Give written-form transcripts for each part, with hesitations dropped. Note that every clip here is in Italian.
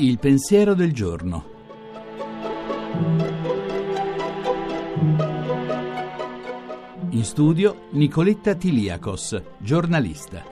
Il pensiero del giorno. In studio Nicoletta Tiliakos, giornalista.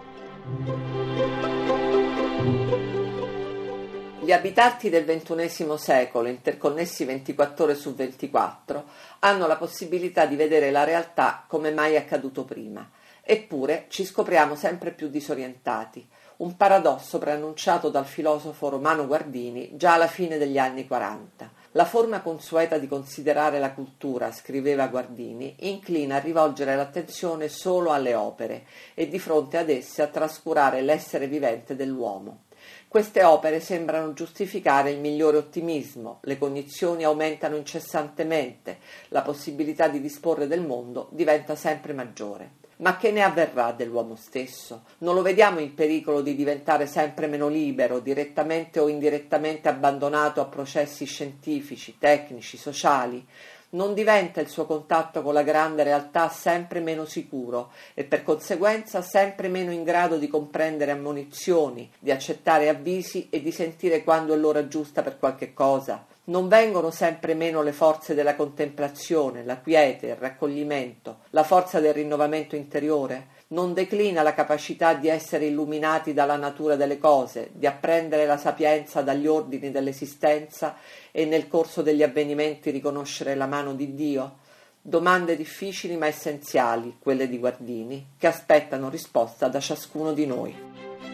Gli abitanti del XXI secolo, interconnessi 24 ore su 24, hanno la possibilità di vedere la realtà come mai accaduto prima. Eppure ci scopriamo sempre più disorientati. Un paradosso preannunciato dal filosofo Romano Guardini già alla fine degli anni 40. La forma consueta di considerare la cultura, scriveva Guardini, inclina a rivolgere l'attenzione solo alle opere e di fronte ad esse a trascurare l'essere vivente dell'uomo. Queste opere sembrano giustificare il migliore ottimismo, le cognizioni aumentano incessantemente, la possibilità di disporre del mondo diventa sempre maggiore. Ma che ne avverrà dell'uomo stesso? Non lo vediamo in pericolo di diventare sempre meno libero, direttamente o indirettamente abbandonato a processi scientifici, tecnici, sociali? Non diventa il suo contatto con la grande realtà sempre meno sicuro e per conseguenza sempre meno in grado di comprendere ammonizioni, di accettare avvisi e di sentire quando è l'ora giusta per qualche cosa? Non vengono sempre meno le forze della contemplazione, la quiete, il raccoglimento, la forza del rinnovamento interiore? Non declina la capacità di essere illuminati dalla natura delle cose, di apprendere la sapienza dagli ordini dell'esistenza e nel corso degli avvenimenti riconoscere la mano di Dio? Domande difficili ma essenziali, quelle di Guardini, che aspettano risposta da ciascuno di noi.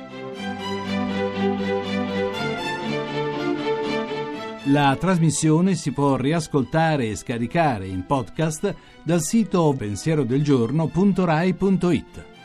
La trasmissione si può riascoltare e scaricare in podcast dal sito pensierodelgiorno.rai.it.